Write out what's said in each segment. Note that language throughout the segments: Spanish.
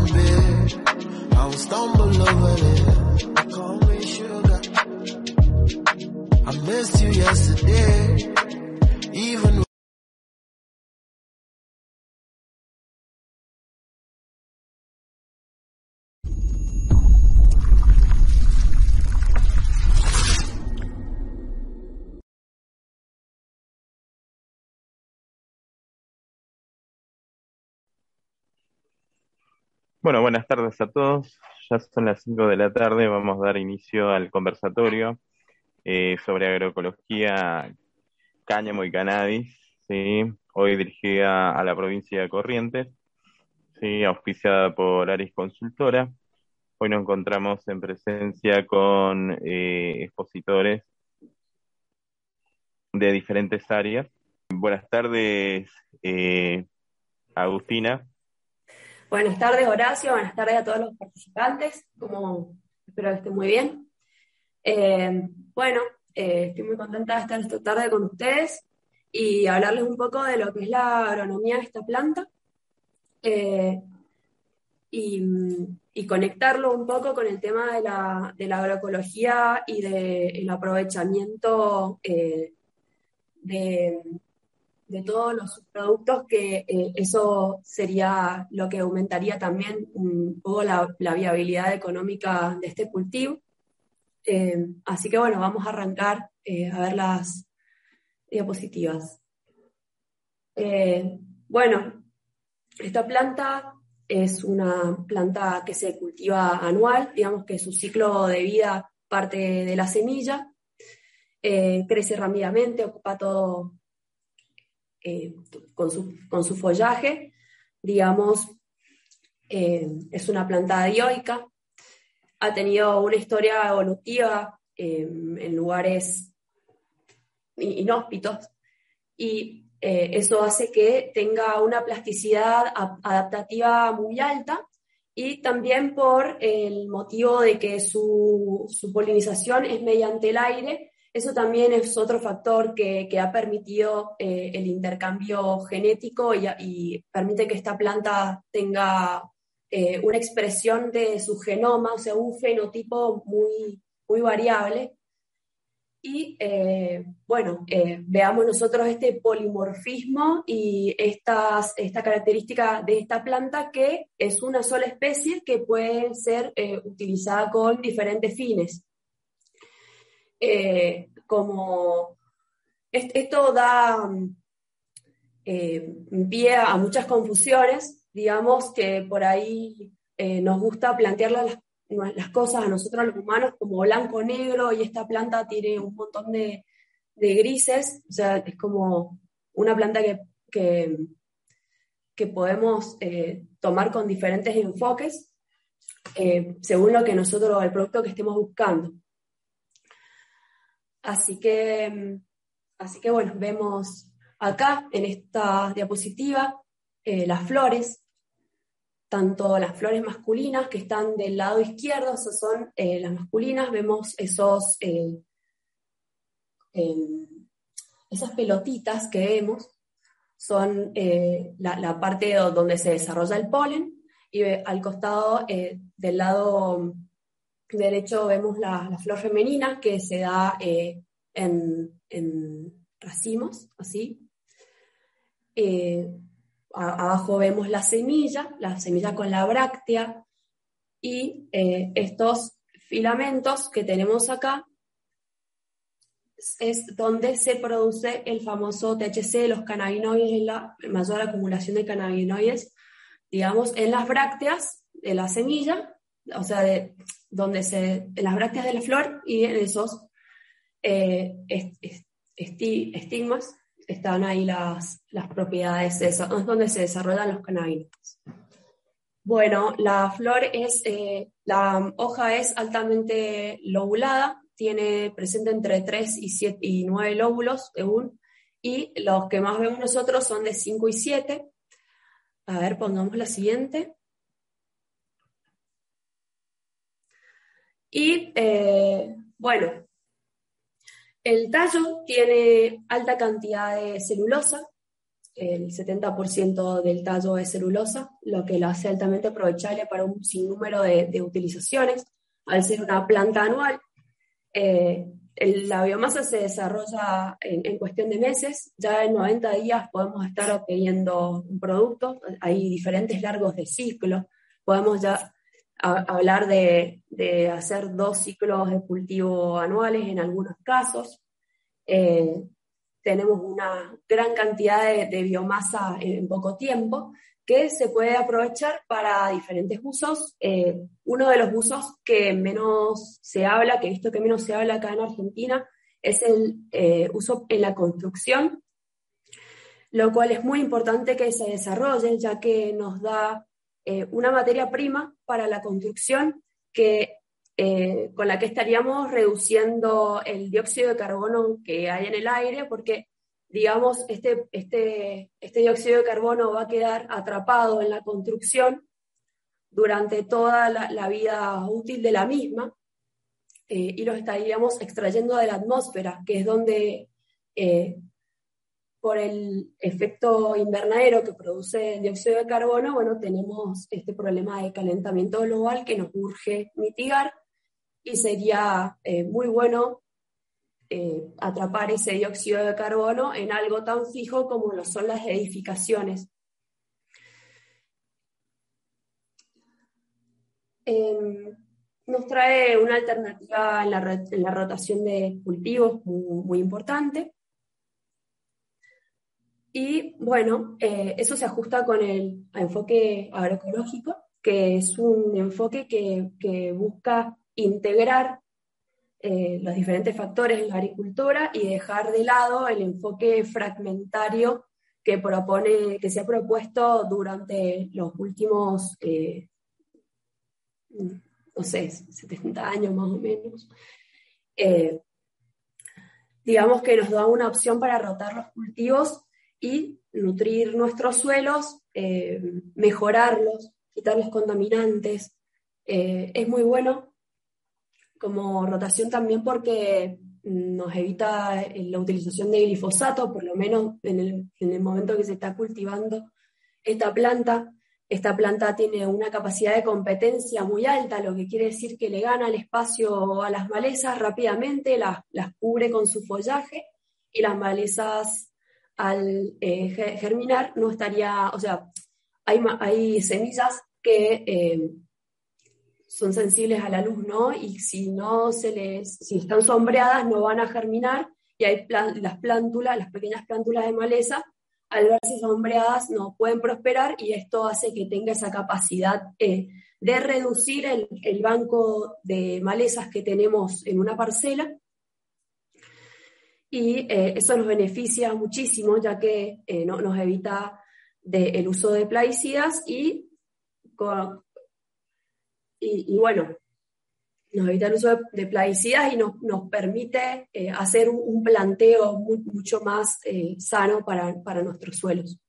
bed, I will stumble over it. Call me sugar. I missed you yesterday, even. Bueno, buenas tardes a todos. Ya son las 5 de la tarde. Vamos a dar inicio al conversatorio sobre agroecología, cáñamo y cannabis, ¿sí? Hoy dirigida a la provincia de Corrientes, ¿sí? Auspiciada por Aris Consultora. Hoy nos encontramos en presencia con expositores de diferentes áreas. Buenas tardes, Agustina. Buenas tardes, Horacio. Buenas tardes a todos los participantes. Espero que estén muy bien. Estoy muy contenta de estar esta tarde con ustedes y hablarles un poco de lo que es la agronomía de esta planta y conectarlo un poco con el tema de la agroecología y del aprovechamiento de todos los subproductos, que eso sería lo que aumentaría también un poco la viabilidad económica de este cultivo. Así que bueno, vamos a arrancar a ver las diapositivas. Esta planta es una planta que se cultiva anual, digamos que su ciclo de vida parte de la semilla, crece rápidamente, ocupa todo con su follaje, digamos, es una planta dioica, ha tenido una historia evolutiva en lugares inhóspitos y eso hace que tenga una plasticidad adaptativa muy alta, y también por el motivo de que su polinización es mediante el aire. Eso también es otro factor que ha permitido el intercambio genético y permite que esta planta tenga una expresión de su genoma, o sea, un fenotipo muy, muy variable. Y veamos nosotros este polimorfismo y esta característica de esta planta, que es una sola especie que puede ser utilizada con diferentes fines. Esto da pie a muchas confusiones, digamos, que por ahí nos gusta plantear las cosas a nosotros los humanos como blanco-negro, y esta planta tiene un montón de grises, o sea, es como una planta que podemos tomar con diferentes enfoques según lo que nosotros, el producto que estemos buscando. Así que bueno, vemos acá en esta diapositiva las flores, tanto las flores masculinas que están del lado izquierdo, esas son las masculinas. Vemos esas pelotitas que vemos, son la parte donde se desarrolla el polen, y al costado del lado derecho vemos la flor femenina, que se da en racimos, así. Abajo vemos la semilla con la bráctea, y estos filamentos que tenemos acá es donde se produce el famoso THC, los cannabinoides, la mayor acumulación de cannabinoides, digamos, en las brácteas de la semilla, o sea, en las brácteas de la flor, y en esos estigmas están ahí las propiedades, es donde se desarrollan los cannabinoides. Bueno, la hoja es altamente lobulada, presenta entre 3 y 9 lóbulos según, y los que más vemos nosotros son de 5 y 7. A ver, pongamos la siguiente. Y el tallo tiene alta cantidad de celulosa, el 70% del tallo es celulosa, lo que lo hace altamente aprovechable para un sinnúmero de utilizaciones. Al ser una planta anual, la biomasa se desarrolla en cuestión de meses, ya en 90 días podemos estar obteniendo un producto, hay diferentes largos de ciclo, podemos ya hablar de hacer 2 ciclos de cultivo anuales en algunos casos. Tenemos una gran cantidad de biomasa en poco tiempo que se puede aprovechar para diferentes usos. Uno de los usos que menos se habla, que he visto que menos se habla acá en Argentina, es el uso en la construcción, lo cual es muy importante que se desarrolle, ya que nos da una materia prima para la construcción con la que estaríamos reduciendo el dióxido de carbono que hay en el aire, porque digamos, este dióxido de carbono va a quedar atrapado en la construcción durante toda la vida útil de la misma, y lo estaríamos extrayendo de la atmósfera, que es donde, por el efecto invernadero que produce el dióxido de carbono, bueno, tenemos este problema de calentamiento global que nos urge mitigar, y sería muy bueno atrapar ese dióxido de carbono en algo tan fijo como lo son las edificaciones. Nos trae una alternativa en la rotación de cultivos muy, muy importante. Y bueno, eso se ajusta con el enfoque agroecológico, que es un enfoque que busca integrar los diferentes factores en la agricultura y dejar de lado el enfoque fragmentario que se ha propuesto durante los últimos, no sé, 70 años más o menos. Digamos que nos da una opción para rotar los cultivos y nutrir nuestros suelos, mejorarlos, quitarles contaminantes. Es muy bueno como rotación también porque nos evita la utilización de glifosato, por lo menos en el momento que se está cultivando esta planta. Esta planta tiene una capacidad de competencia muy alta, lo que quiere decir que le gana el espacio a las malezas rápidamente, las cubre con su follaje, y las malezas al germinar no estaría, o sea, hay semillas que son sensibles a la luz, ¿no? Y si están sombreadas no van a germinar, y hay las pequeñas plántulas de maleza, al verse sombreadas no pueden prosperar, y esto hace que tenga esa capacidad de reducir el banco de malezas que tenemos en una parcela, y eso nos beneficia muchísimo, ya que nos evita el uso de plaguicidas y bueno, nos evita el uso de plaguicidas y nos permite hacer un planteo mucho más sano para nuestros suelos.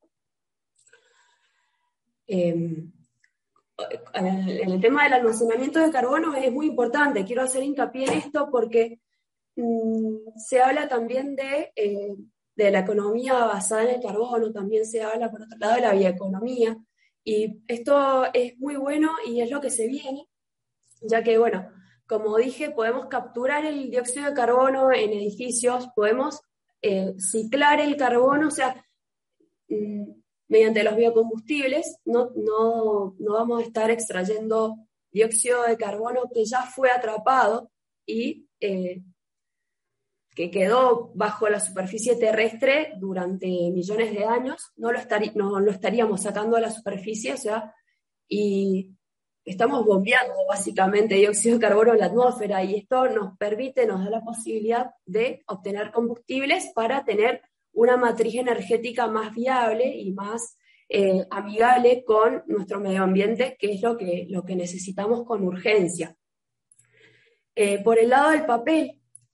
En el tema del almacenamiento de carbono es muy importante, quiero hacer hincapié en esto porque se habla también de la economía basada en el carbono, también se habla por otro lado de la bioeconomía, y esto es muy bueno y es lo que se viene, ya que, bueno, como dije, podemos capturar el dióxido de carbono en edificios, podemos ciclar el carbono, o sea, mediante los biocombustibles, no vamos a estar extrayendo dióxido de carbono que ya fue atrapado y que quedó bajo la superficie terrestre durante millones de años, no lo estaríamos sacando a la superficie, o sea, y estamos bombeando básicamente dióxido de carbono en la atmósfera, y esto nos da la posibilidad de obtener combustibles para tener una matriz energética más viable y más amigable con nuestro medio ambiente, que es lo que necesitamos con urgencia. Por el lado del papel,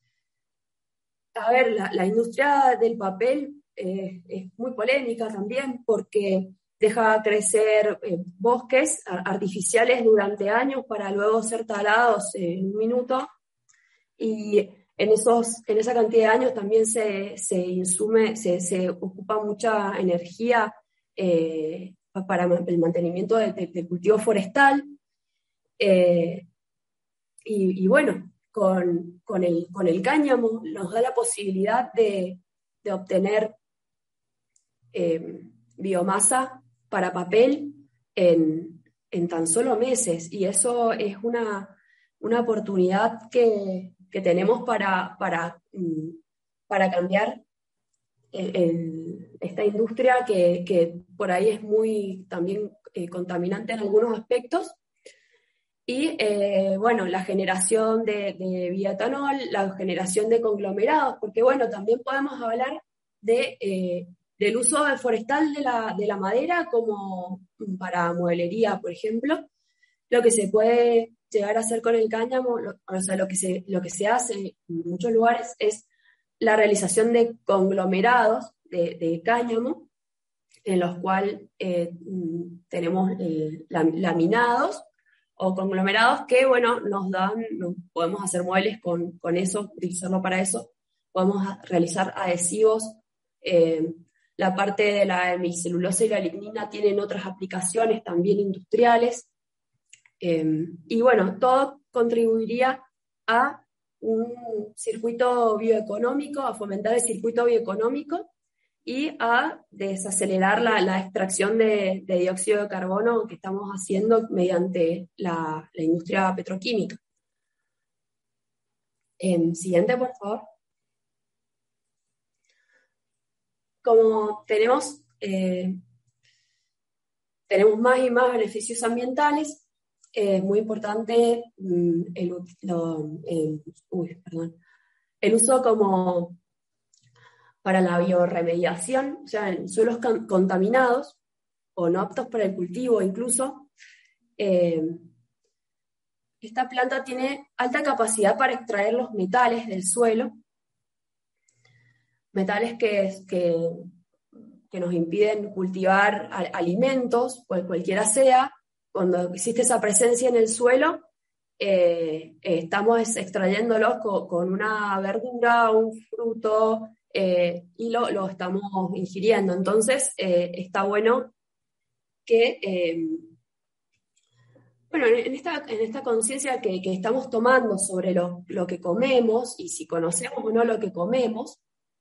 a ver, la industria del papel es muy polémica también, porque deja crecer bosques artificiales durante años para luego ser talados en un minuto, y en esa cantidad de años también se ocupa mucha energía para el mantenimiento del cultivo forestal. Y bueno, con el cáñamo nos da la posibilidad de obtener biomasa para papel en tan solo meses, y eso es una oportunidad que tenemos para cambiar esta industria que por ahí es muy también contaminante en algunos aspectos. Y bueno, la generación de bioetanol, la generación de conglomerados, porque bueno, también podemos hablar del uso forestal de la madera como para mueblería, por ejemplo. Lo que se puede llegar a hacer con el cáñamo, o sea, lo que se hace en muchos lugares es la realización de conglomerados de cáñamo, en los cuales tenemos laminados o conglomerados que, bueno, podemos hacer muebles con eso, utilizarlo para eso, podemos realizar adhesivos. La parte de la hemicelulosa y la lignina tienen otras aplicaciones también industriales. Y bueno, todo contribuiría a un circuito bioeconómico, a fomentar el circuito bioeconómico y a desacelerar la extracción de dióxido de carbono que estamos haciendo mediante la industria petroquímica. Siguiente, por favor. Como tenemos más y más beneficios ambientales, es muy importante el uso como para la biorremediación, o sea, en suelos contaminados o no aptos para el cultivo incluso. Esta planta tiene alta capacidad para extraer los metales del suelo, metales que nos impiden cultivar alimentos, cualquiera sea. Cuando existe esa presencia en el suelo, estamos extrayéndolos con una verdura, un fruto, y lo estamos ingiriendo. Entonces, está bueno que, bueno, en esta conciencia que estamos tomando sobre lo que comemos, y si conocemos o no lo que comemos,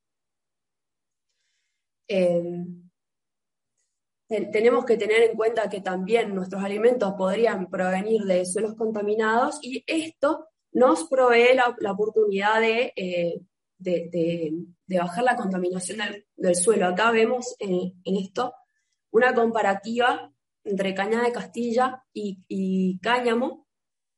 tenemos que tener en cuenta que también nuestros alimentos podrían provenir de suelos contaminados, y esto nos provee la oportunidad de bajar la contaminación del suelo. Acá vemos en esto una comparativa entre caña de Castilla y cáñamo,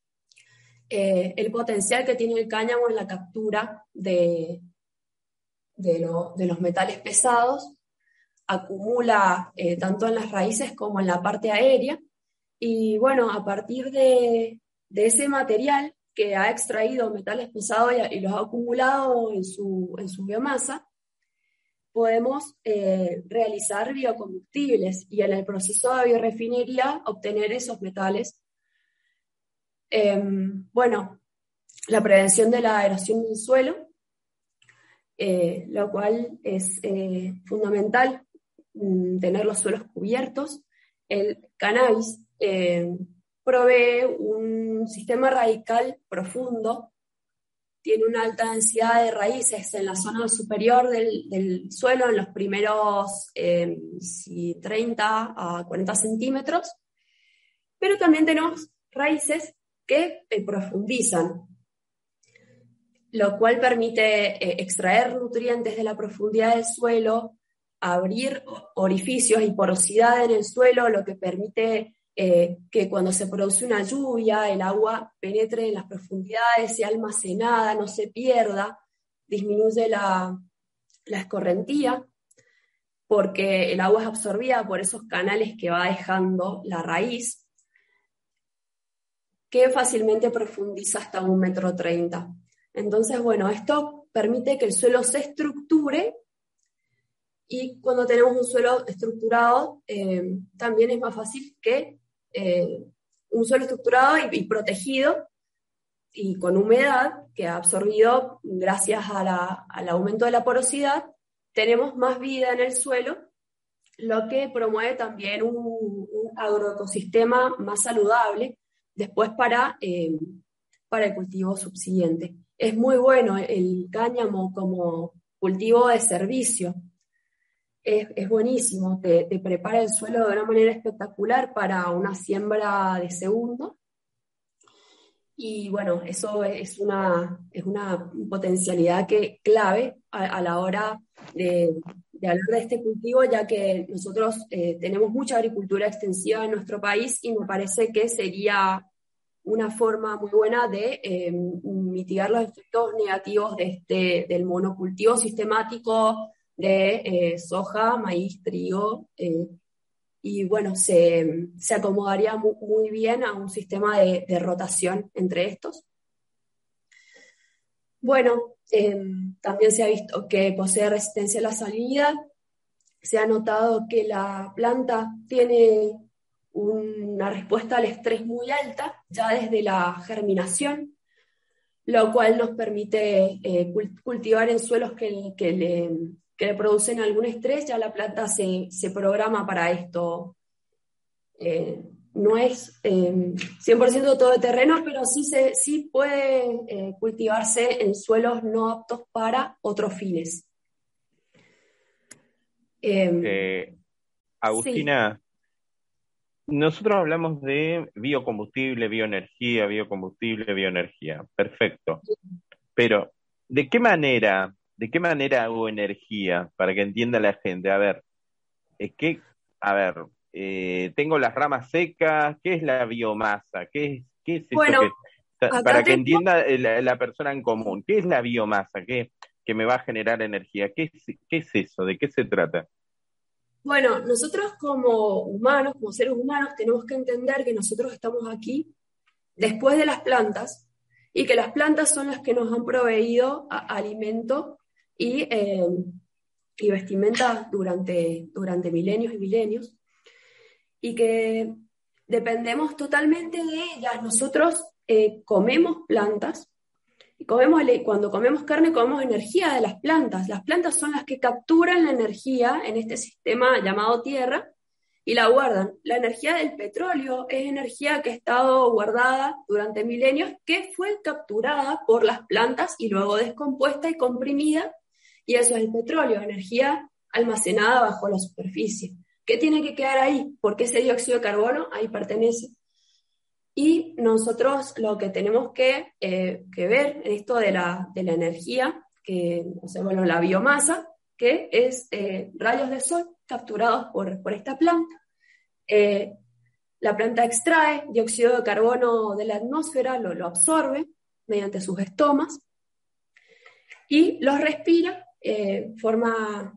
el potencial que tiene el cáñamo en la captura de los metales pesados. Acumula tanto en las raíces como en la parte aérea, y bueno, a partir de ese material que ha extraído metales pesados y los ha acumulado en su biomasa, podemos realizar biocombustibles y en el proceso de biorefinería obtener esos metales. Bueno, la prevención de la erosión del suelo, lo cual es fundamental, tener los suelos cubiertos. El cannabis provee un sistema radical profundo, tiene una alta densidad de raíces en la zona superior del suelo, en los primeros 30 a 40 centímetros, pero también tenemos raíces que profundizan, lo cual permite extraer nutrientes de la profundidad del suelo, abrir orificios y porosidad en el suelo, lo que permite que cuando se produce una lluvia, el agua penetre en las profundidades, sea almacenada, no se pierda, disminuye la escorrentía, porque el agua es absorbida por esos canales que va dejando la raíz, que fácilmente profundiza hasta 1,30 m. Entonces, bueno, esto permite que el suelo se estructure, y cuando tenemos un suelo estructurado, también es más fácil que un suelo estructurado y protegido, y con humedad que ha absorbido gracias al aumento de la porosidad, tenemos más vida en el suelo, lo que promueve también un agroecosistema más saludable después para el cultivo subsiguiente. Es muy bueno el cáñamo como cultivo de servicio. Es buenísimo, te prepara el suelo de una manera espectacular para una siembra de segundo. Y bueno, eso es una potencialidad clave a la hora de hablar de este cultivo, ya que nosotros tenemos mucha agricultura extensiva en nuestro país y me parece que sería una forma muy buena de mitigar los efectos negativos del monocultivo sistemático de soja, maíz, trigo, y bueno, se acomodaría muy bien a un sistema de rotación entre estos. Bueno, también se ha visto que posee resistencia a la salinidad. Se ha notado que la planta tiene una respuesta al estrés muy alta, ya desde la germinación, lo cual nos permite cultivar en suelos que le producen algún estrés. Ya la planta se programa para esto. No es 100% todoterreno, pero sí puede cultivarse en suelos no aptos para otros fines. Agustina, sí. Nosotros hablamos de biocombustible, bioenergía. Perfecto. Pero, ¿de qué manera hago energía? Para que entienda la gente. A ver, tengo las ramas secas. ¿Qué es la biomasa? ¿Qué es eso? Bueno, para que entienda la persona en común. ¿Qué es la biomasa? Que me va a generar energía. ¿Qué es eso? ¿De qué se trata? Bueno, nosotros como humanos, como seres humanos, tenemos que entender que nosotros estamos aquí después de las plantas y que las plantas son las que nos han proveído alimento y vestimenta durante milenios y milenios, y que dependemos totalmente de ellas. Nosotros comemos plantas, y cuando comemos carne comemos energía de las plantas. Las plantas son las que capturan la energía en este sistema llamado tierra y la guardan. La energía del petróleo es energía que ha estado guardada durante milenios, que fue capturada por las plantas y luego descompuesta y comprimida, y eso es el petróleo, energía almacenada bajo la superficie. ¿Qué tiene que quedar ahí? Porque ese dióxido de carbono ahí pertenece. Y nosotros lo que tenemos que ver en esto de la energía, la biomasa, que es rayos de sol capturados por esta planta. La planta extrae dióxido de carbono de la atmósfera, lo absorbe mediante sus estomas y los respira, forma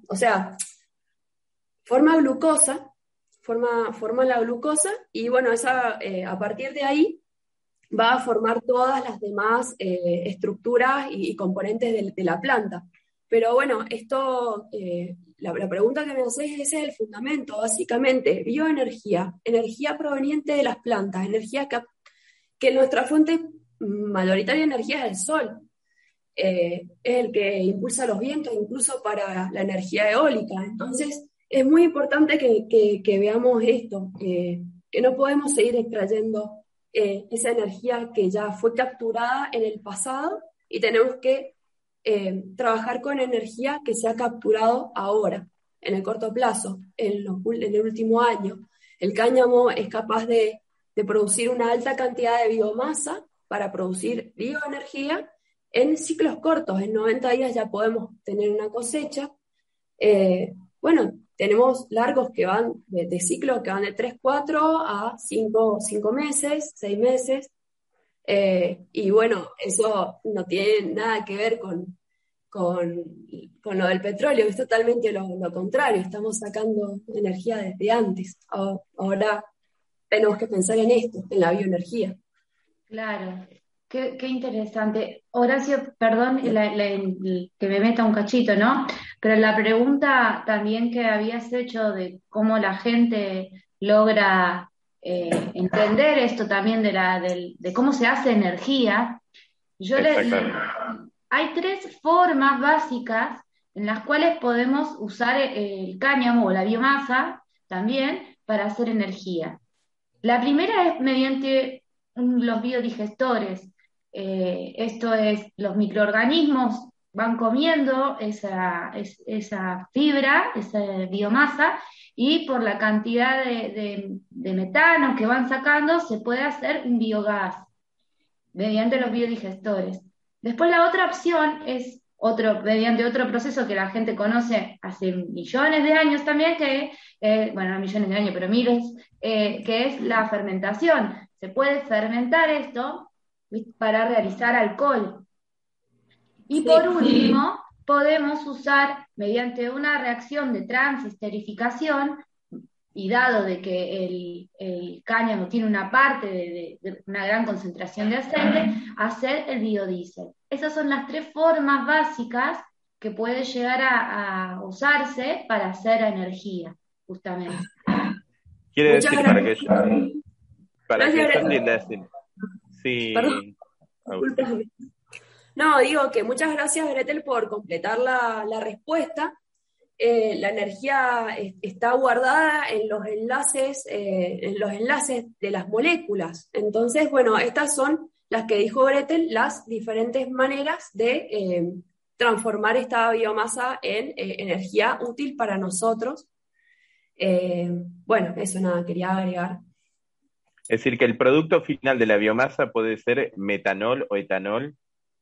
glucosa. Forma la glucosa y bueno, a partir de ahí va a formar todas las demás estructuras y componentes de la planta. Pero bueno, esto, la pregunta que me haces, ese es el fundamento, básicamente, bioenergía, energía proveniente de las plantas, energía que nuestra fuente mayoritaria de energía es el sol. Es el que impulsa los vientos, incluso para la energía eólica. Entonces, es muy importante que veamos esto, que no podemos seguir extrayendo esa energía que ya fue capturada en el pasado y tenemos que trabajar con energía que se ha capturado ahora, en el corto plazo, en el último año. El cáñamo es capaz de producir una alta cantidad de biomasa para producir bioenergía en ciclos cortos. En 90 días ya podemos tener una cosecha. Tenemos largos que van de ciclos que van de 3, 4 a 5 meses, 6 meses. Y bueno, eso no tiene nada que ver con lo del petróleo, es totalmente lo contrario. Estamos sacando energía desde antes. Ahora tenemos que pensar en esto, en la bioenergía. Claro. Qué interesante. Horacio, perdón que me meta un cachito, ¿no? Pero la pregunta también que habías hecho de cómo la gente logra entender esto también de cómo se hace energía, Exactamente. Hay 3 formas básicas en las cuales podemos usar el cáñamo o la biomasa también para hacer energía. La primera es mediante los biodigestores. Esto es, los microorganismos van comiendo esa fibra, esa biomasa, y por la cantidad de metano que van sacando se puede hacer un biogás mediante los biodigestores. Después la otra opción es mediante otro proceso que la gente conoce hace millones de años también, bueno, no millones de años, pero miles, que es la fermentación. Se puede fermentar esto para realizar alcohol. Y por último, podemos usar mediante una reacción de transesterificación, y dado de que el cáñamo tiene una parte de una gran concentración de aceite, hacer el biodiesel. Esas son las 3 formas básicas que puede llegar a usarse para hacer energía, justamente. Quiere Muchas decir, gracias. para que yo Gracias, entienda, sí. Perdón, discúlpame. No, digo que muchas gracias, Gretel, por completar la respuesta. La energía está guardada en los enlaces de las moléculas. Entonces, bueno, estas son las que dijo Gretel, las diferentes maneras de transformar esta biomasa en energía útil para nosotros. Bueno, eso nada, quería agregar. Es decir, que el producto final de la biomasa puede ser metanol o etanol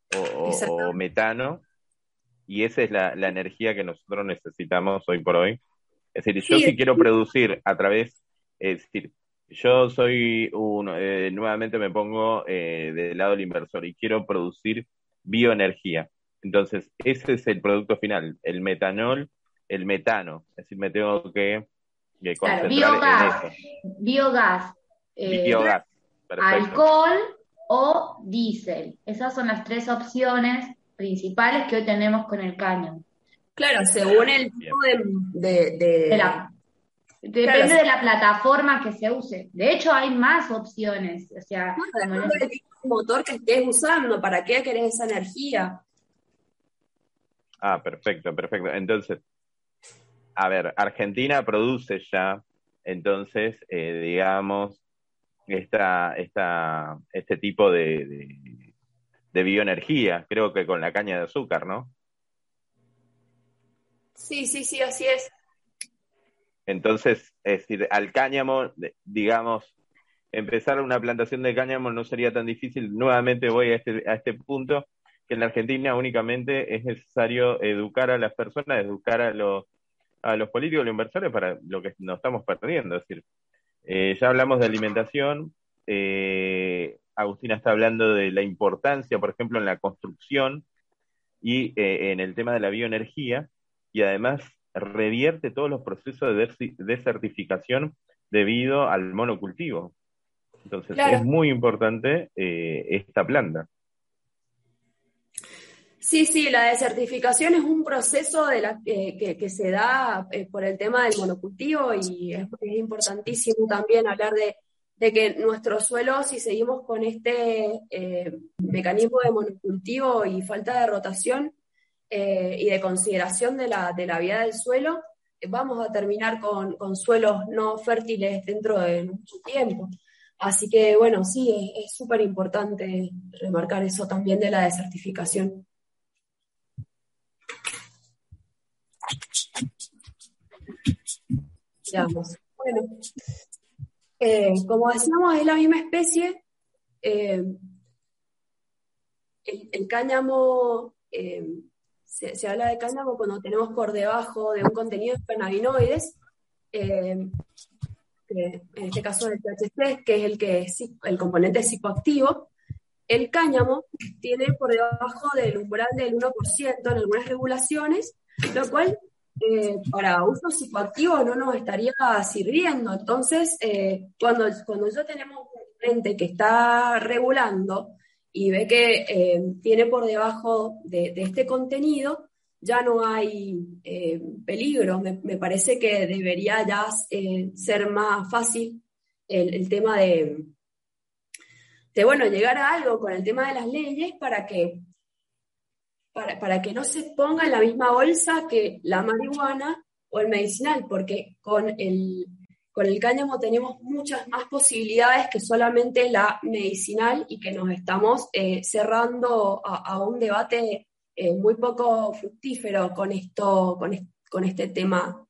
o metano, y esa es la energía que nosotros necesitamos hoy por hoy. Es decir, yo si quiero producir es decir, yo soy nuevamente me pongo del lado del inversor y quiero producir bioenergía. Entonces, ese es el producto final, el metanol, el metano. Es decir, me tengo que concentrar en eso. Biogás, Biogás, perfecto. alcohol o diésel. Esas son las 3 opciones principales que hoy tenemos con el cáñamo. Claro, según el tipo depende de la plataforma que se use. De hecho, hay más opciones. O sea, depende del tipo de motor que estés usando, ¿para qué querés esa energía? Ah, perfecto. Entonces, a ver, Argentina produce ya, entonces, digamos, este tipo de bioenergía, creo que con la caña de azúcar, ¿no? Sí, así es. Entonces, es decir, al cáñamo, digamos, empezar una plantación de cáñamo no sería tan difícil. Nuevamente voy a este punto, que en la Argentina únicamente es necesario educar a las personas, educar a los políticos, a los inversores, para lo que nos estamos perdiendo. Es decir, ya hablamos de alimentación, Agustina está hablando de la importancia, por ejemplo, en la construcción y en el tema de la bioenergía, y además revierte todos los procesos de desertificación debido al monocultivo. Entonces, claro, es muy importante esta planta. Sí, la desertificación es un proceso que se da por el tema del monocultivo, y es importantísimo también hablar de que nuestro suelo, si seguimos con este mecanismo de monocultivo y falta de rotación y de consideración de la vida del suelo, vamos a terminar con suelos no fértiles dentro de mucho tiempo. Así que, bueno, sí, es súper importante remarcar eso también de la desertificación. Veamos. Bueno, como decíamos, es la misma especie. El cáñamo, se habla de cáñamo cuando tenemos por debajo de un contenido de cannabinoides, que en este caso del THC, que es el componente psicoactivo. El cáñamo tiene por debajo del umbral del 1% en algunas regulaciones, lo cual para uso psicoactivo no nos estaría sirviendo. Entonces, cuando ya tenemos un ente que está regulando y ve que tiene por debajo de este contenido, ya no hay peligro. Me parece que debería ya ser más fácil el tema de llegar a algo con el tema de las leyes para que no se ponga en la misma bolsa que la marihuana o el medicinal, porque con el cáñamo tenemos muchas más posibilidades que solamente la medicinal, y que nos estamos cerrando a un debate muy poco fructífero con este tema,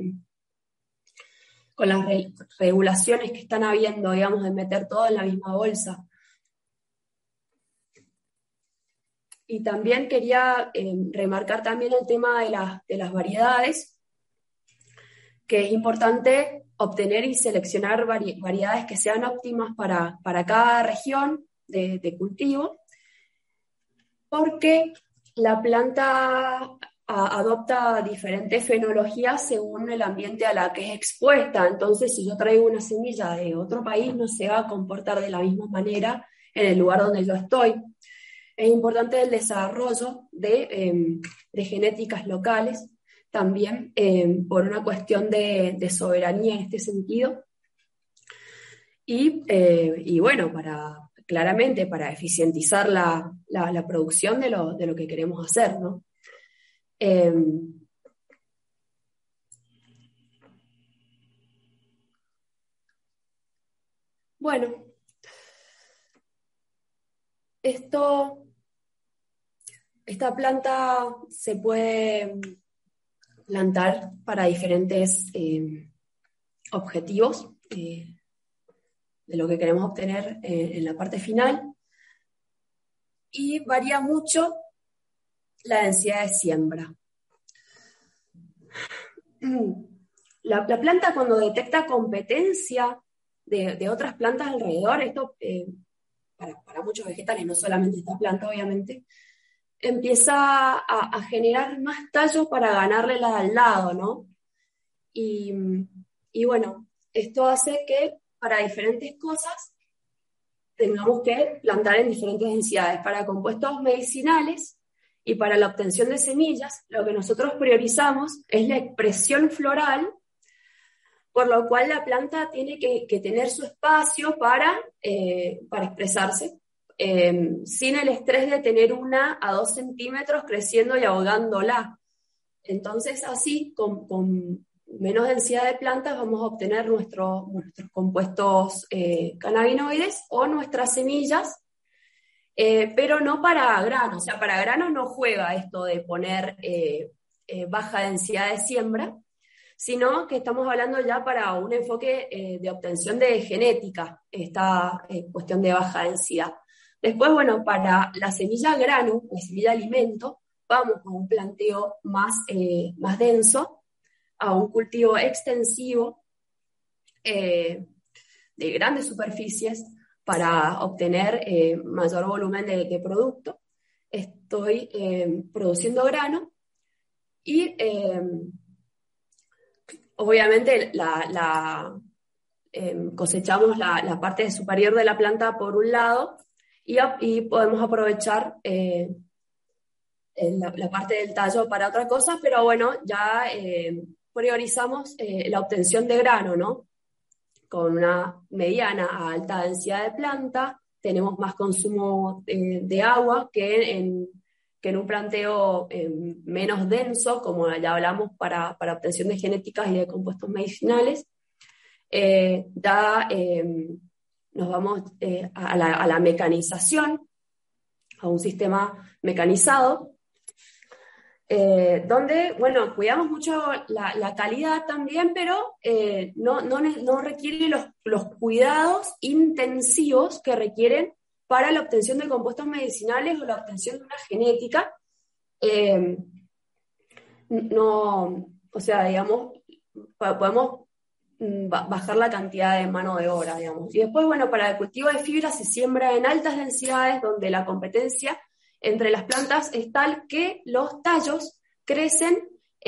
con las regulaciones que están habiendo, digamos, de meter todo en la misma bolsa. Y también quería remarcar también el tema de las variedades, que es importante obtener y seleccionar variedades que sean óptimas para cada región de cultivo, porque la planta adopta diferentes fenologías según el ambiente a la que es expuesta. Entonces, si yo traigo una semilla de otro país, no se va a comportar de la misma manera en el lugar donde yo estoy. Es importante el desarrollo de genéticas locales, también por una cuestión de soberanía en este sentido. Y bueno, claramente para eficientizar la producción de lo que queremos hacer, ¿no? Bueno, esta planta se puede plantar para diferentes objetivos de lo que queremos obtener en la parte final, y varía mucho la densidad de siembra. La planta, cuando detecta competencia de otras plantas alrededor, esto para muchos vegetales, no solamente esta planta obviamente, empieza a generar más tallos para ganarle la de al lado, ¿no? Y bueno, esto hace que para diferentes cosas tengamos que plantar en diferentes densidades. Para compuestos medicinales y para la obtención de semillas, lo que nosotros priorizamos es la expresión floral, por lo cual la planta tiene que tener su espacio para expresarse, sin el estrés de tener 1 a 2 centímetros creciendo y ahogándola. Entonces, así, con menos densidad de plantas, vamos a obtener nuestros compuestos cannabinoides o nuestras semillas, pero no para granos. O sea, para granos no juega esto de poner baja densidad de siembra, sino que estamos hablando ya para un enfoque de obtención de genética, esta cuestión de baja densidad. Después, bueno, para la semilla grano, la semilla alimento, vamos a un planteo más denso, a un cultivo extensivo de grandes superficies para obtener mayor volumen de producto. Estoy produciendo grano y obviamente cosechamos la parte superior de la planta por un lado y podemos aprovechar la parte del tallo para otra cosa, pero bueno, ya priorizamos la obtención de grano, ¿no? Con una mediana a alta densidad de planta, tenemos más consumo de agua que en un planteo menos denso, como ya hablamos, para obtención de genéticas y de compuestos medicinales. Nos vamos a la mecanización, a un sistema mecanizado, donde, bueno, cuidamos mucho la calidad también, pero no requiere los cuidados intensivos que requieren para la obtención de compuestos medicinales o la obtención de una genética. O sea, digamos, podemos bajar la cantidad de mano de obra, digamos. Y después, bueno, para el cultivo de fibra se siembra en altas densidades, donde la competencia entre las plantas es tal que los tallos crecen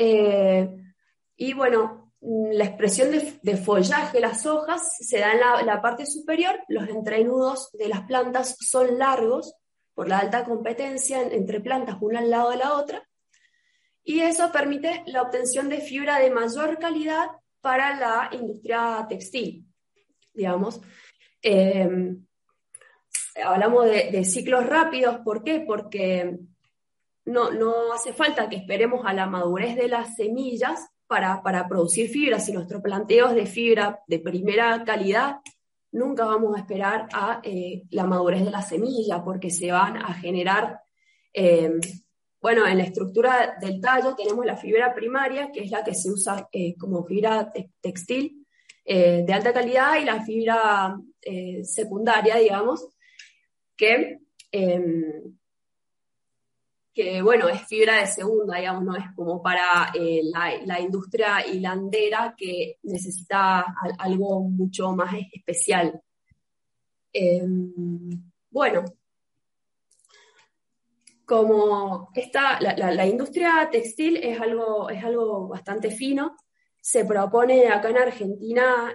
y, bueno, la expresión de follaje de las hojas se da en la parte superior. Los entrenudos de las plantas son largos por la alta competencia entre plantas una al lado de la otra, y eso permite la obtención de fibra de mayor calidad para la industria textil, digamos. hablamos de ciclos rápidos. ¿Por qué? Porque no hace falta que esperemos a la madurez de las semillas para producir fibra. Si nuestro planteo es de fibra de primera calidad, nunca vamos a esperar a la madurez de la semilla, porque se van a generar, bueno, en la estructura del tallo tenemos la fibra primaria, que es la que se usa como fibra textil de alta calidad, y la fibra secundaria, digamos, que bueno, es fibra de segunda, digamos, no es como para la industria hilandera, que necesita algo mucho más especial. Bueno, como la industria textil es algo bastante fino, se propone acá en Argentina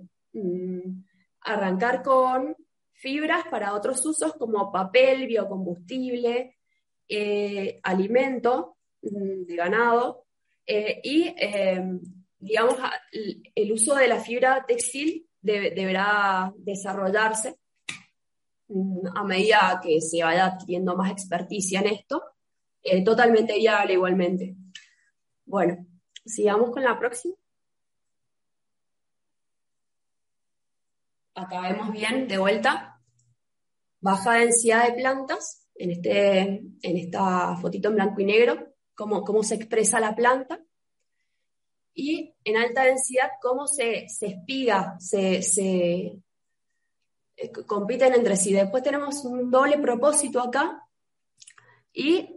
arrancar con fibras para otros usos como papel, biocombustible, alimento de ganado, y digamos, el uso de la fibra textil deberá desarrollarse a medida que se vaya adquiriendo más experticia en esto, totalmente viable igualmente. Bueno, sigamos con la próxima. Acá vemos bien, de vuelta, baja densidad de plantas, en esta fotito en blanco y negro, cómo se expresa la planta, y en alta densidad cómo se espiga, compiten entre sí. Después tenemos un doble propósito acá, y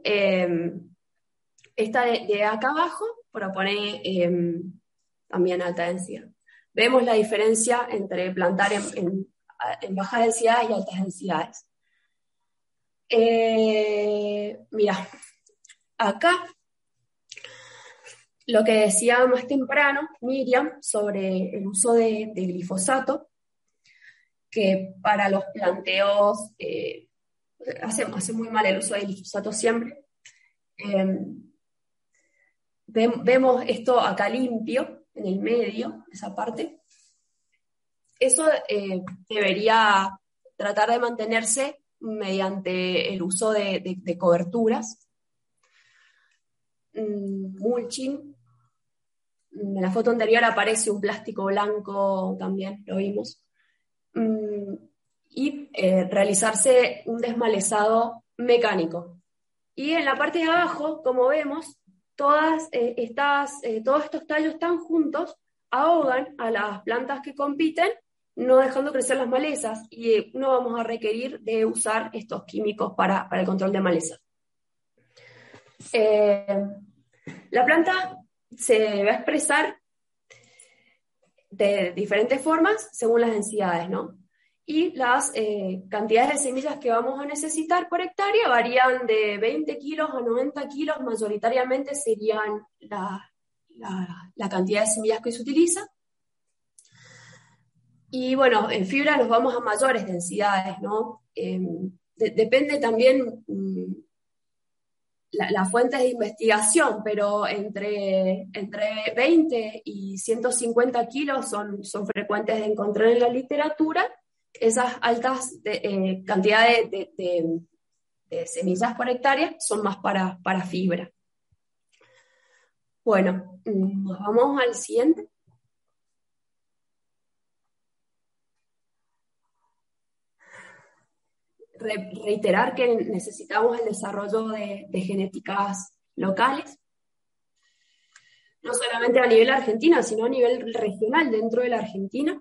esta de acá abajo propone también alta densidad. Vemos la diferencia entre plantar en baja densidad y altas densidades. Mira, acá lo que decía más temprano Miriam sobre el uso de glifosato, que para los planteos hace muy mal el uso de glifosato siempre. Vemos esto acá limpio, en el medio, esa parte. Eso debería tratar de mantenerse mediante el uso de coberturas, mulching. En la foto anterior aparece un plástico blanco, también lo vimos, y realizarse un desmalezado mecánico. Y en la parte de abajo, como vemos, todos estos tallos tan juntos ahogan a las plantas que compiten, no dejando crecer las malezas, y no vamos a requerir de usar estos químicos para el control de maleza. La planta se va a expresar de diferentes formas según las densidades, ¿no? Y las cantidades de semillas que vamos a necesitar por hectárea varían de 20 kilos a 90 kilos, mayoritariamente serían la cantidad de semillas que se utiliza. Y bueno, en fibra nos vamos a mayores densidades, ¿no? Depende también las fuentes de investigación, pero entre 20 y 150 kilos son frecuentes de encontrar en la literatura. Esas altas cantidades de semillas por hectárea son más para fibra. Bueno, nos vamos al siguiente. Reiterar que necesitamos el desarrollo de genéticas locales, no solamente a nivel argentina, sino a nivel regional dentro de la Argentina.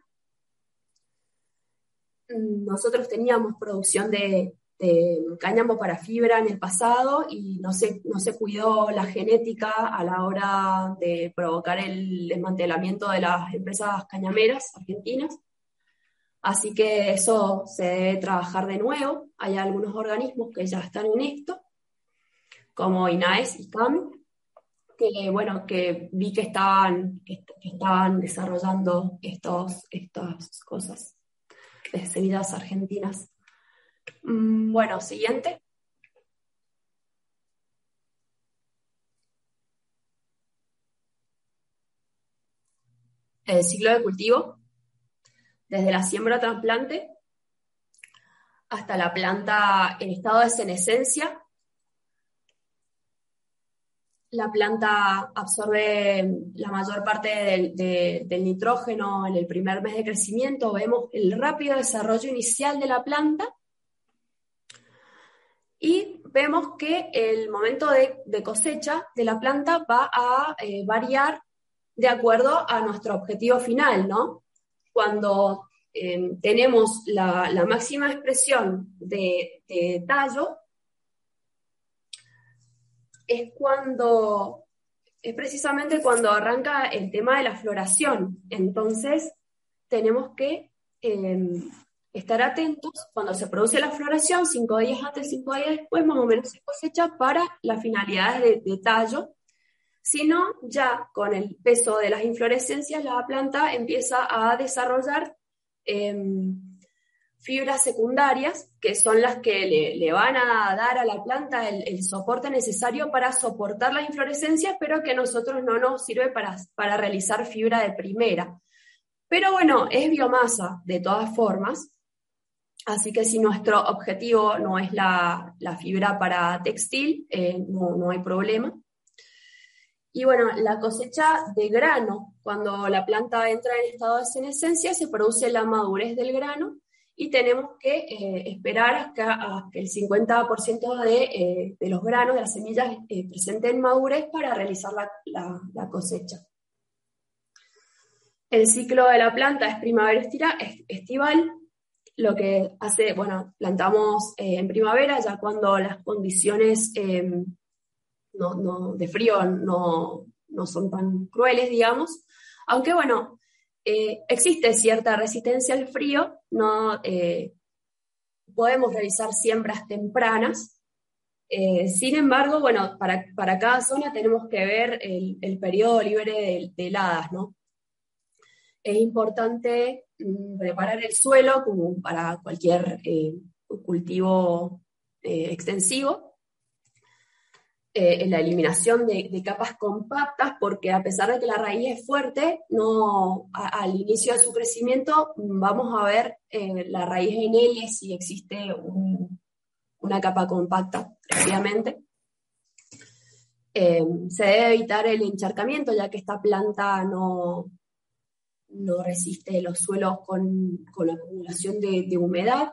Nosotros teníamos producción de cáñamo para fibra en el pasado, y no se cuidó la genética a la hora de provocar el desmantelamiento de las empresas cañameras argentinas. Así que eso se debe trabajar de nuevo. Hay algunos organismos que ya están en esto, como INAES y CAM, que vi que estaban desarrollando estas cosas de semillas argentinas. Bueno, siguiente. El ciclo de cultivo, desde la siembra a trasplante, hasta la planta en estado de senescencia. La planta absorbe la mayor parte del nitrógeno en el primer mes de crecimiento. Vemos el rápido desarrollo inicial de la planta y vemos que el momento de cosecha de la planta va a variar de acuerdo a nuestro objetivo final, ¿no? Cuando tenemos la máxima expresión de tallo, es precisamente cuando arranca el tema de la floración. Entonces, tenemos que estar atentos cuando se produce la floración, 5 días antes, 5 días después, más o menos se cosecha para las finalidades de tallo. Si no, ya con el peso de las inflorescencias, la planta empieza a desarrollar fibras secundarias, que son las que le van a dar a la planta el soporte necesario para soportar las inflorescencias, pero que a nosotros no nos sirve para realizar fibra de primera. Pero bueno, es biomasa de todas formas, así que si nuestro objetivo no es la fibra para textil, no hay problema. Y bueno, la cosecha de grano, cuando la planta entra en estado de senescencia, se produce la madurez del grano, y tenemos que esperar a que el 50% de los granos, de las semillas, presenten madurez para realizar la cosecha. El ciclo de la planta es primavera-estival. Lo que hace, bueno, plantamos en primavera, ya cuando las condiciones de frío no son tan crueles, digamos. Aunque bueno, existe cierta resistencia al frío, no podemos realizar siembras tempranas. Sin embargo, bueno, para cada zona tenemos que ver el periodo libre de heladas, ¿no? Es importante preparar el suelo como para cualquier cultivo extensivo. En la eliminación de capas compactas, porque a pesar de que la raíz es fuerte, al inicio de su crecimiento vamos a ver la raíz en L si existe una capa compacta, previamente. Se debe evitar el encharcamiento, ya que esta planta no resiste los suelos con la acumulación de humedad.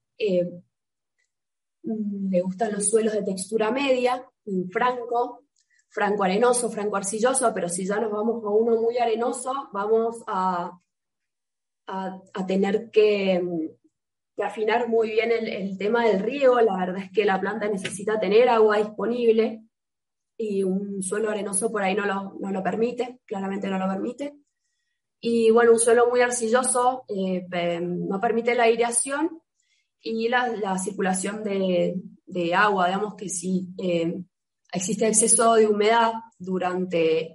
Le gustan los suelos de textura media, franco arenoso, franco arcilloso, pero si ya nos vamos a uno muy arenoso, vamos a tener que afinar muy bien el tema del riego. La verdad es que la planta necesita tener agua disponible, y un suelo arenoso por ahí no lo permite, claramente no lo permite. Y bueno, un suelo muy arcilloso no permite la aireación y la circulación de agua. Digamos que si existe exceso de humedad durante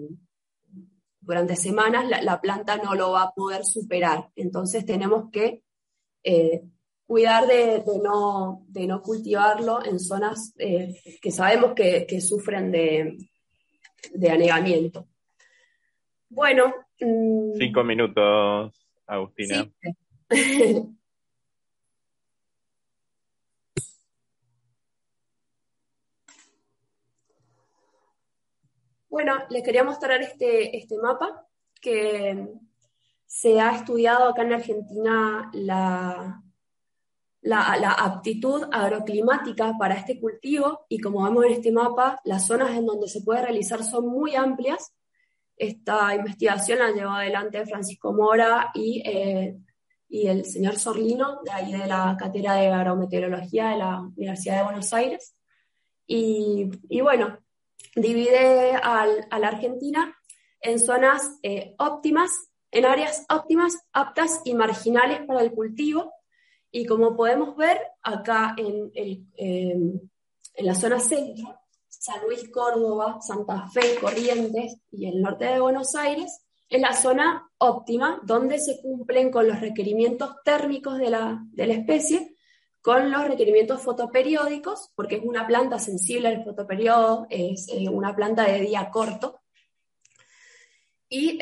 semanas, la planta no lo va a poder superar. Entonces tenemos que cuidar de no cultivarlo en zonas que sabemos que sufren de anegamiento. Bueno. 5 minutos, Agustina. Sí. Bueno, les quería mostrar este mapa que se ha estudiado acá en Argentina la aptitud agroclimática para este cultivo, y como vemos en este mapa, las zonas en donde se puede realizar son muy amplias. Esta investigación la llevó adelante Francisco Mora y el señor Sorlino, de ahí de la Cátedra de Agrometeorología de la Universidad de Buenos Aires. Y bueno, divide a la Argentina en zonas óptimas, en áreas óptimas, aptas y marginales para el cultivo. Y como podemos ver acá en la zona centro, San Luis, Córdoba, Santa Fe, Corrientes y el norte de Buenos Aires, es la zona óptima, donde se cumplen con los requerimientos térmicos de la especie, con los requerimientos fotoperiódicos, porque es una planta sensible al fotoperiodo, es una planta de día corto, y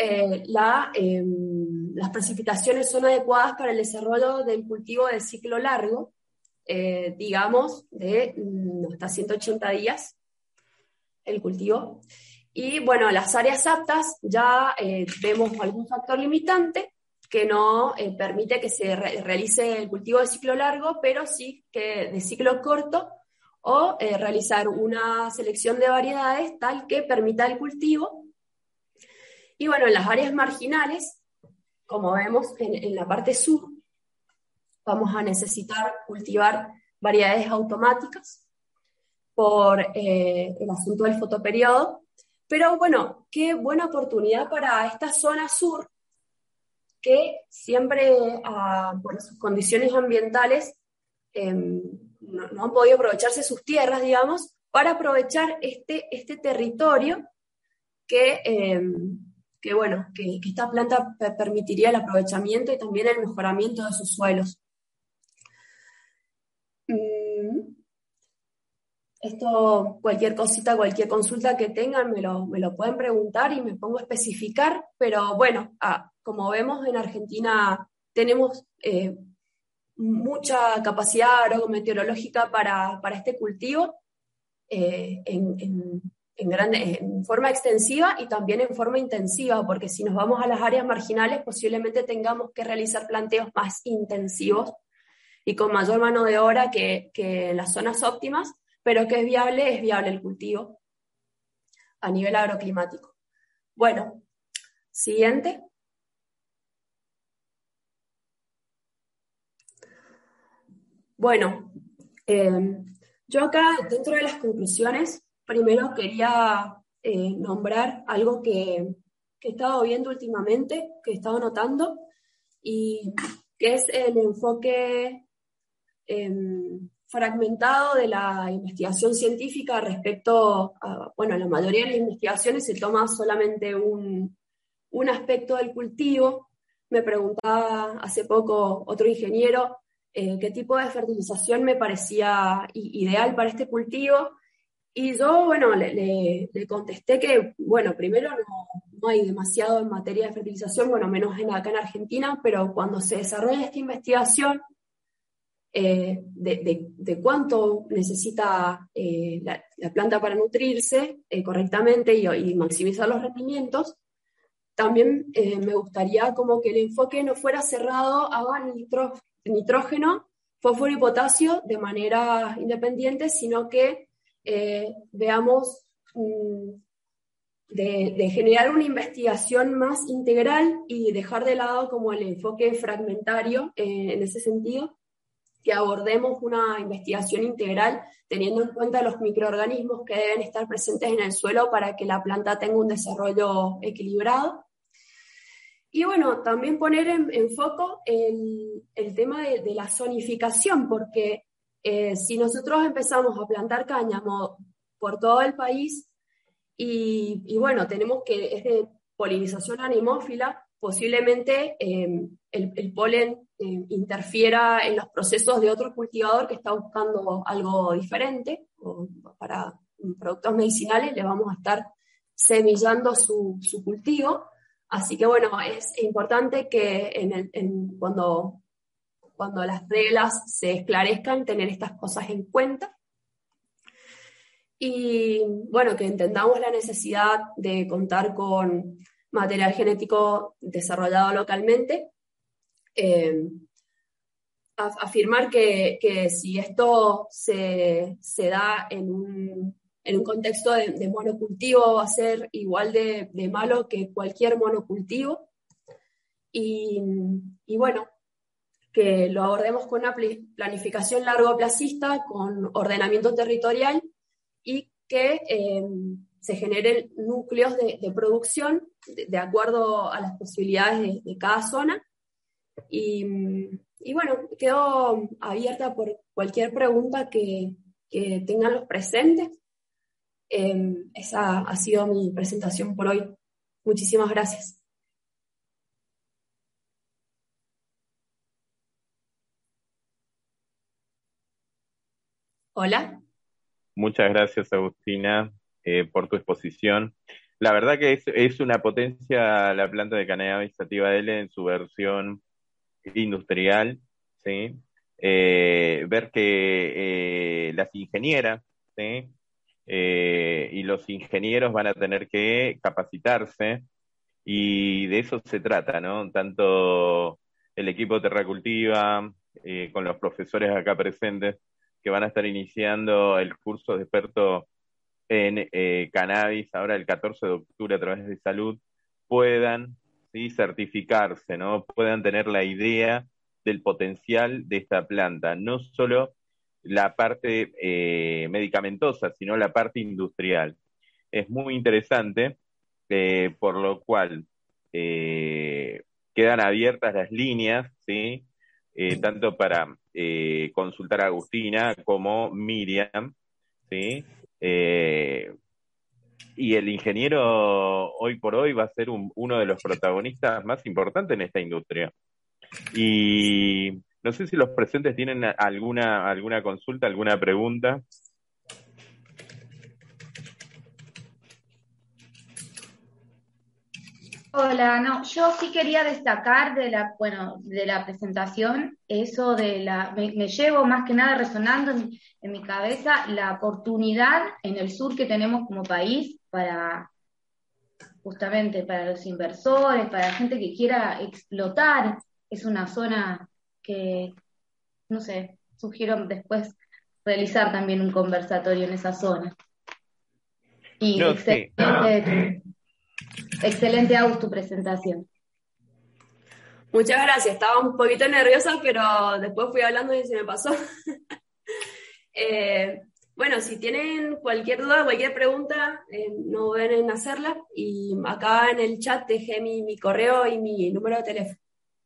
las precipitaciones son adecuadas para el desarrollo del cultivo de ciclo largo, digamos, de hasta 180 días el cultivo. Y bueno, las áreas aptas ya vemos algún factor limitante que no permite que se realice el cultivo de ciclo largo, pero sí que de ciclo corto, o realizar una selección de variedades tal que permita el cultivo. Y bueno, en las áreas marginales, como vemos en la parte sur, vamos a necesitar cultivar variedades automáticas por el asunto del fotoperiodo. Pero bueno, qué buena oportunidad para esta zona sur, que siempre, por sus condiciones ambientales, no han podido aprovecharse sus tierras, digamos, para aprovechar este territorio que bueno, que esta planta permitiría el aprovechamiento y también el mejoramiento de sus suelos. Esto, cualquier cosita, cualquier consulta que tengan, me lo pueden preguntar y me pongo a especificar, pero bueno, como vemos en Argentina tenemos mucha capacidad agrometeorológica para este cultivo en forma extensiva y también en forma intensiva, porque si nos vamos a las áreas marginales posiblemente tengamos que realizar planteos más intensivos y con mayor mano de obra que en las zonas óptimas, pero que es viable el cultivo a nivel agroclimático. Bueno, siguiente. Bueno, yo acá, dentro de las conclusiones, primero quería nombrar algo que he estado viendo últimamente, que he estado notando, y que es el enfoque fragmentado de la investigación científica respecto a, bueno, la mayoría de las investigaciones se toma solamente un aspecto del cultivo. Me preguntaba hace poco otro ingeniero qué tipo de fertilización me parecía ideal para este cultivo, y yo, bueno, le contesté que, bueno, primero no hay demasiado en materia de fertilización, bueno, menos acá en Argentina, pero cuando se desarrolla esta investigación, de cuánto necesita la planta para nutrirse correctamente y maximizar los rendimientos, también me gustaría como que el enfoque no fuera cerrado a nitrógeno, fósforo y potasio de manera independiente, sino que veamos de generar una investigación más integral y dejar de lado como el enfoque fragmentario en ese sentido, que abordemos una investigación integral teniendo en cuenta los microorganismos que deben estar presentes en el suelo para que la planta tenga un desarrollo equilibrado. Y bueno, también poner en foco el tema de la zonificación, porque si nosotros empezamos a plantar cáñamo por todo el país y bueno, tenemos que es de polinización anemófila, posiblemente el polen interfiera en los procesos de otro cultivador que está buscando algo diferente, o para productos medicinales le vamos a estar semillando su cultivo. Así que bueno, es importante que cuando las reglas se esclarezcan, tener estas cosas en cuenta. Y bueno, que entendamos la necesidad de contar con material genético desarrollado localmente. Afirmar que si esto se da en un contexto de monocultivo, va a ser igual de malo que cualquier monocultivo. Y bueno, que lo abordemos con una planificación largoplacista, con ordenamiento territorial, y que se generen núcleos de producción de acuerdo a las posibilidades de cada zona. Y bueno, quedo abierta por cualquier pregunta que tengan los presentes. Esa ha sido mi presentación por hoy. Muchísimas gracias. Hola. Muchas gracias, Agustina, por tu exposición. La verdad que es una potencia la planta de cannabis sativa L en su versión industrial, ¿sí? ver que las ingenieras, ¿sí? Y los ingenieros van a tener que capacitarse, y de eso se trata, ¿no? Tanto el equipo Terra Cultiva, con los profesores acá presentes, que van a estar iniciando el curso de experto en cannabis ahora el 14 de octubre a través de Salud, puedan, ¿sí?, certificarse, ¿no? Puedan tener la idea del potencial de esta planta, no solo la parte medicamentosa, sino la parte industrial. Es muy interesante, por lo cual quedan abiertas las líneas, ¿sí? Tanto para consultar a Agustina como Miriam, ¿sí? Y el ingeniero hoy por hoy va a ser uno de los protagonistas más importantes en esta industria. Y no sé si los presentes tienen alguna consulta, alguna pregunta. Hola, no, yo sí quería destacar de la presentación, eso me llevo más que nada resonando en mi cabeza la oportunidad en el sur que tenemos como país justamente para los inversores, para la gente que quiera explotar. Es una zona que, no sé, sugiero después realizar también un conversatorio en esa zona. Y No, sí. Excelente, Agus, tu presentación. Muchas gracias, estaba un poquito nerviosa, pero después fui hablando y se me pasó. Bueno, si tienen cualquier duda, cualquier pregunta, no duden en hacerla. Y acá en el chat dejé mi correo y mi número de teléfono.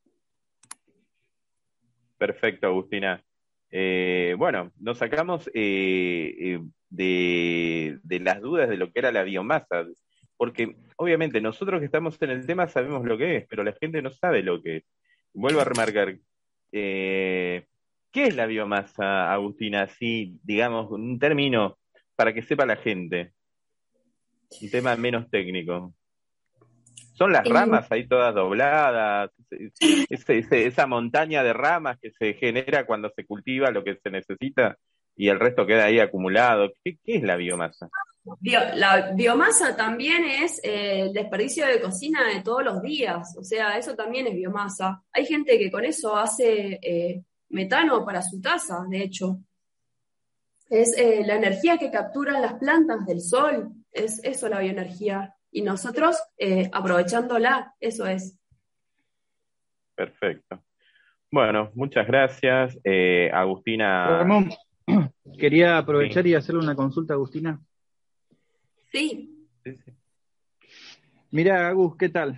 Perfecto, Agustina. Bueno, nos sacamos de las dudas de lo que era la biomasa, porque obviamente nosotros que estamos en el tema sabemos lo que es, pero la gente no sabe lo que es. Vuelvo a remarcar, ¿qué es la biomasa, Agustina? Así, digamos, un término para que sepa la gente, un tema menos técnico. Son las ramas ahí todas dobladas, esa montaña de ramas que se genera cuando se cultiva lo que se necesita y el resto queda ahí acumulado. ¿Qué es la biomasa? La biomasa también es el desperdicio de cocina de todos los días, o sea, eso también es biomasa. Hay gente que con eso hace metano para su taza, de hecho. Es la energía que capturan las plantas del sol, es eso la bioenergía. Y nosotros aprovechándola, eso es. Perfecto. Bueno, muchas gracias, Agustina. Ramón, quería aprovechar y hacerle una consulta a Agustina. Sí. Mira, Agus, ¿qué tal?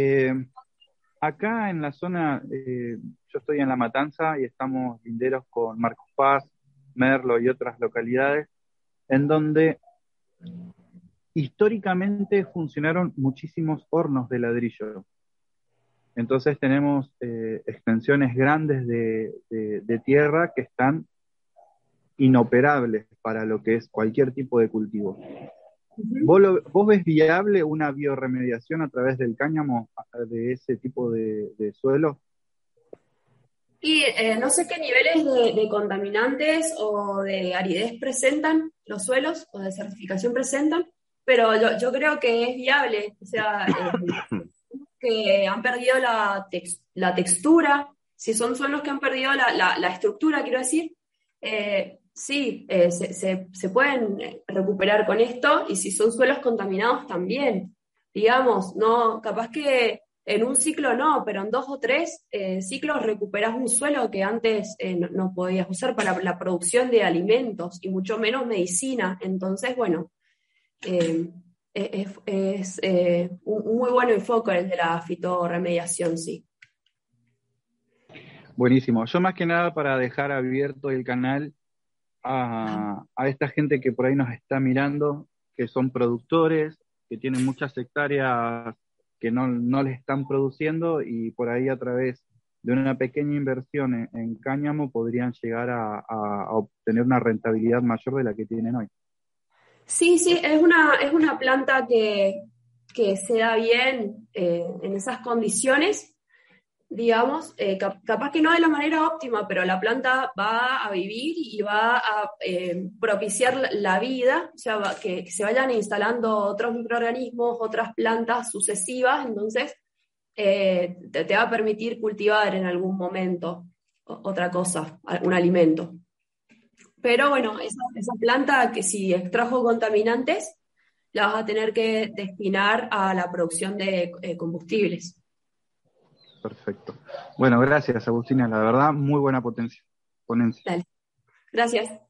Acá en la zona, yo estoy en La Matanza y estamos linderos con Marcos Paz, Merlo y otras localidades, en donde históricamente funcionaron muchísimos hornos de ladrillo. Entonces tenemos extensiones grandes de tierra que están inoperables para lo que es cualquier tipo de cultivo. ¿Vos ves viable una bioremediación a través del cáñamo de ese tipo de suelo? Y no sé qué niveles de contaminantes o de aridez presentan los suelos o de certificación presentan, pero yo creo que es viable, o sea, que han perdido la textura, si son suelos que han perdido la estructura, quiero decir, sí, se pueden recuperar con esto, y si son suelos contaminados también, digamos, no, capaz que en un ciclo no, pero en 2 o 3 ciclos recuperás un suelo que antes no podías usar para la producción de alimentos y mucho menos medicina. Entonces, bueno, es un muy buen enfoque el de la fitorremediación, sí. Buenísimo. Yo más que nada para dejar abierto el canal a esta gente que por ahí nos está mirando, que son productores, que tienen muchas hectáreas que no les están produciendo, y por ahí a través de una pequeña inversión en cáñamo podrían llegar a obtener una rentabilidad mayor de la que tienen hoy. Sí, es una planta que se da bien en esas condiciones. digamos, capaz que no de la manera óptima, pero la planta va a vivir y va a propiciar la vida, o sea, que se vayan instalando otros microorganismos, otras plantas sucesivas, entonces te va a permitir cultivar en algún momento otra cosa, un alimento. Pero bueno, esa planta que si extrajo contaminantes, la vas a tener que destinar a la producción de combustibles. Perfecto. Bueno, gracias, Agustina. La verdad, muy buena ponencia. Dale. Gracias.